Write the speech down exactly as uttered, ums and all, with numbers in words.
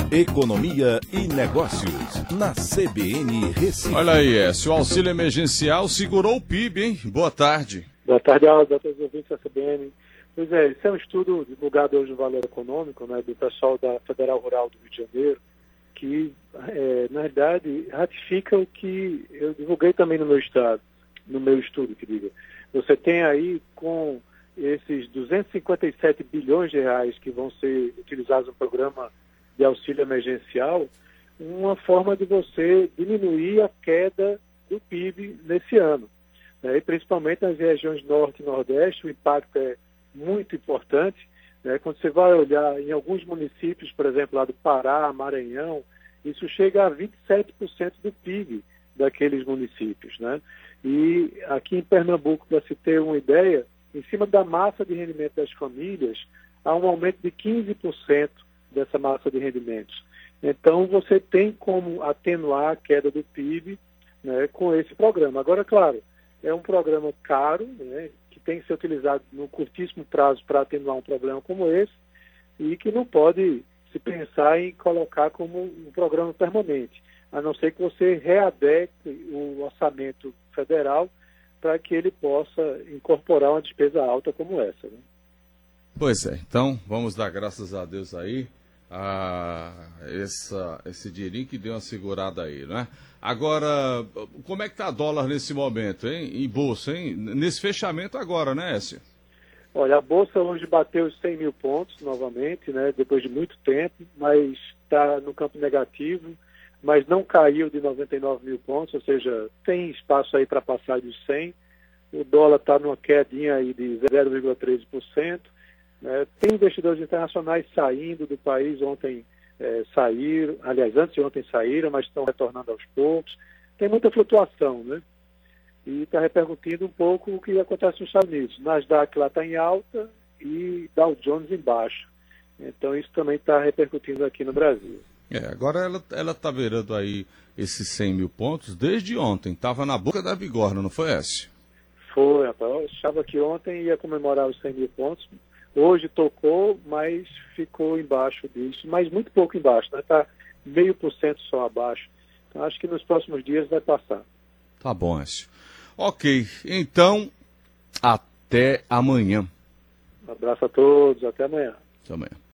Economia e Negócios, na C B N Recife. Olha aí, Écio, o auxílio emergencial segurou o P I B, hein? Boa tarde. Boa tarde, Aldo, a todos os ouvintes da C B N. Pois é, esse é um estudo divulgado hoje no Valor Econômico, né, do pessoal da Federal Rural do Rio de Janeiro, que, é, na verdade, ratifica o que eu divulguei também no meu estado, no meu estudo, que diga. Você tem aí, com esses duzentos e cinquenta e sete bilhões de reais que vão ser utilizados no programa de auxílio emergencial, uma forma de você diminuir a queda do P I B nesse ano. Né? E principalmente nas regiões norte e nordeste, o impacto é muito importante. Né? Quando você vai olhar em alguns municípios, por exemplo, lá do Pará, Maranhão, isso chega a vinte e sete por cento do P I B daqueles municípios. Né? E aqui em Pernambuco, para se ter uma ideia, em cima da massa de rendimento das famílias, há um aumento de quinze por cento dessa massa de rendimentos. Então, você tem como atenuar a queda do P I B, né, com esse programa. Agora, claro, é um programa caro, né, que tem que ser utilizado no curtíssimo prazo para atenuar um problema como esse e que não pode se pensar em colocar como um programa permanente, a não ser que você readeque o orçamento federal para que ele possa incorporar uma despesa alta como essa. Né? Pois é, então vamos dar graças a Deus aí a essa, esse dinheirinho que deu uma segurada aí, né? Agora, como é que está dólar nesse momento, hein? Em bolsa, hein? Nesse fechamento agora, né, Écio? Olha, a bolsa hoje bateu os cem mil pontos novamente, né? Depois de muito tempo, mas está no campo negativo, mas não caiu de noventa e nove mil pontos, ou seja, tem espaço aí para passar dos cem. O dólar está numa quedinha aí de zero vírgula treze por cento. É, tem investidores internacionais saindo do país, ontem é, saíram, aliás, antes de ontem saíram, mas estão retornando aos poucos. Tem muita flutuação, né? E está repercutindo um pouco o que acontece nos Estados Unidos. Nasdaq lá está em alta e Dow Jones em baixa. Então isso também está repercutindo aqui no Brasil. É, agora ela ela está beirando aí esses cem mil pontos desde ontem. Estava na boca da bigorna, não foi, Écio? Foi, rapaz. Eu achava que ontem ia comemorar os cem mil pontos. Hoje tocou, mas ficou embaixo disso, mas muito pouco embaixo, né? Está meio por cento só abaixo. Então acho que nos próximos dias vai passar. Tá bom, Écio. Ok, então até amanhã. Um abraço a todos, até amanhã. Até amanhã.